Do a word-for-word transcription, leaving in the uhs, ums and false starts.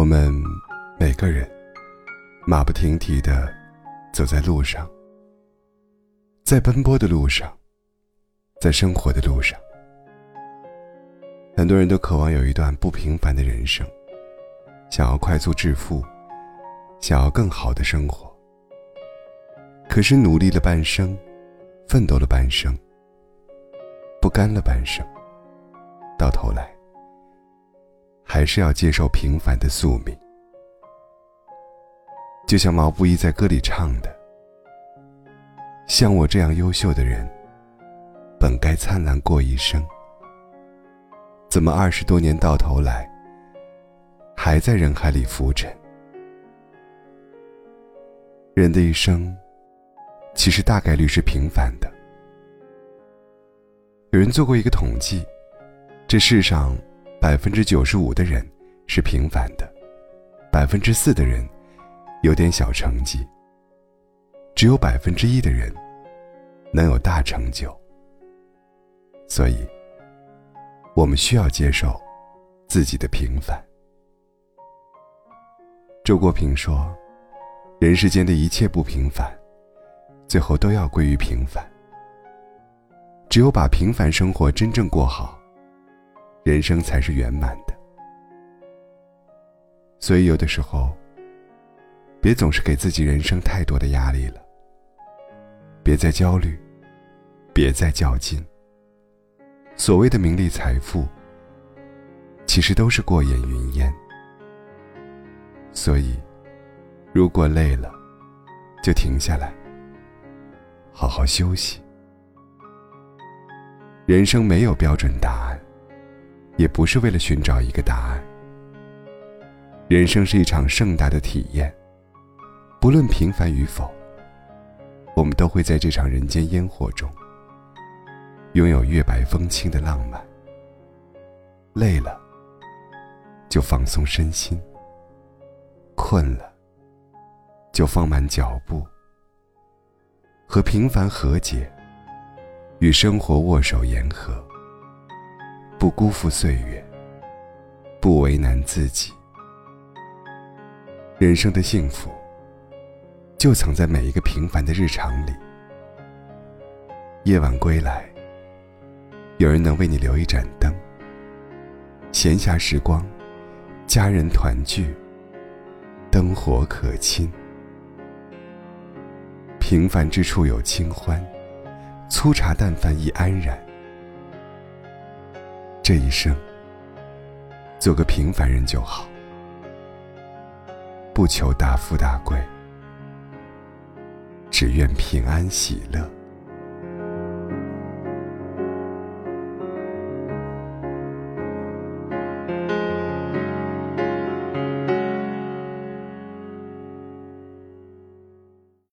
我们每个人马不停蹄地走在路上，在奔波的路上，在生活的路上，很多人都渴望有一段不平凡的人生，想要快速致富，想要更好的生活。可是努力了半生，奋斗了半生，不甘了半生，到头来还是要接受平凡的宿命。就像毛不易在歌里唱的，像我这样优秀的人，本该灿烂过一生，怎么二十多年到头来还在人海里浮沉。人的一生其实大概率是平凡的。有人做过一个统计，这世上百分之九十五的人是平凡的，百分之四的人有点小成绩，只有百分之一的人能有大成就。所以，我们需要接受自己的平凡。周国平说，人世间的一切不平凡，最后都要归于平凡。只有把平凡生活真正过好，人生才是圆满的。所以有的时候，别总是给自己人生太多的压力了，别再焦虑，别再较劲。所谓的名利财富，其实都是过眼云烟。所以，如果累了，就停下来，好好休息。人生没有标准答案，也不是为了寻找一个答案。人生是一场盛大的体验，不论平凡与否，我们都会在这场人间烟火中拥有月白风清的浪漫。累了就放松身心，困了就放慢脚步，和平凡和解，与生活握手言和，不辜负岁月，不为难自己。人生的幸福就藏在每一个平凡的日常里。夜晚归来，有人能为你留一盏灯，闲暇时光，家人团聚，灯火可亲。平凡之处有清欢，粗茶淡饭亦安然。这一生，做个平凡人就好，不求大富大贵，只愿平安喜乐。